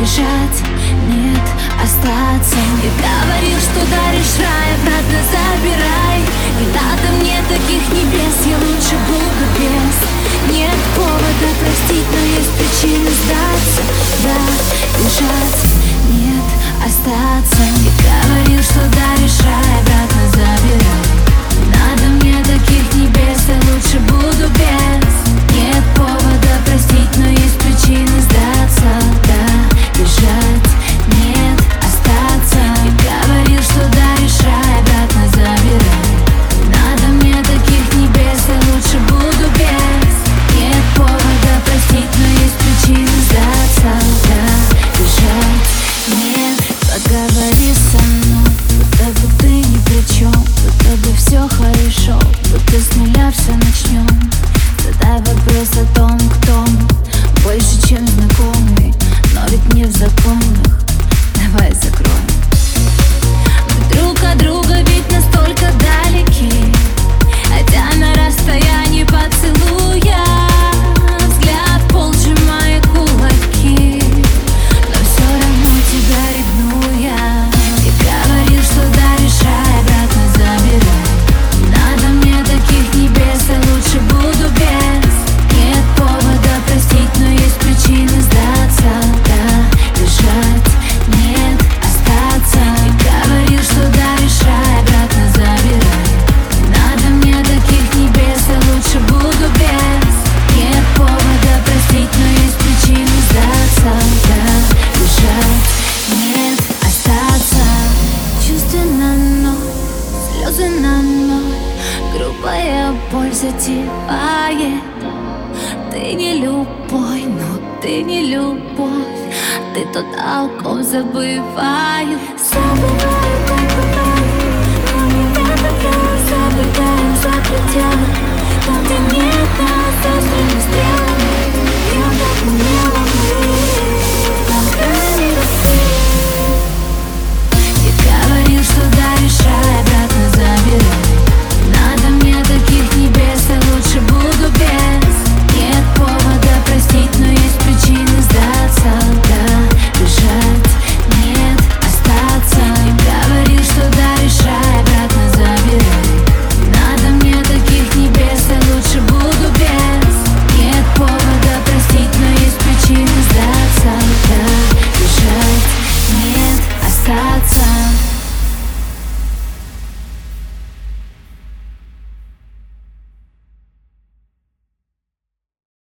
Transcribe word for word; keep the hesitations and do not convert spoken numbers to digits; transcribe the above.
бежать, нет, остаться. И говорил, что даришь рай, обратно забирай. Не надо мне таких небес, я лучше буду без. Нет повода простить, но есть причины сдаться. Да, бежать, нет, остаться. И говорил, что даришь рай, обратно забирай. Не надо мне таких небес, я лучше буду без. Нет повода простить, но есть причины сдаться. Да, бежать, нет, остаться. И говорил, что даришь рай, обратно забирай. Не надо мне таких небес, я лучше буду без. Нет повода простить, но есть причины сдаться. Да, бежать, нет, поговори со мной, будто бы ты ни при чем, будто бы все хорошо, будто с нуля все начнем. Задай вопрос о том, кто мы, больше, чем знакомый, но ведь не в законах. Давай закроем. Мы друг от друга ведь настолько далеки, хотя на расстоянии поцелуя. Взгляд пол, сжимая кулаки, но все равно тебя ревную я. И говорил, что даришь рай, обратно забирай. Не надо мне таких небес, я лучше буду без. Нет повода простить, но есть причины сдаться. Да, бежать, нет, остаться. И говорил, что даришь рай, обратно забирай. Не надо мне таких небес, я лучше буду без. Нет повода простить, но есть причины сдаться. Да, бежать, нет, остаться. Чувственно вновь, слезы на мной, грубая боль затевает. Ты не любовь, но ты не любовь. Ты то толком забываю. Забываю, забываю, но не в этот раз. Забываем за пределы, там где нет нас, острыми стрелами. Я так умела быть, там крайне рассвет. И говорил, что даришь рай, обратно забирай. Не надо мне таких небес, я лучше буду без. Нет повода простить, но есть причины сдаться. Да, бежать, нет, остаться. И говорил, что даришь рай, обратно забирай. Не надо мне таких небес, я лучше буду без. Нет повода простить, но есть причины сдаться. Да, бежать, нет, остаться.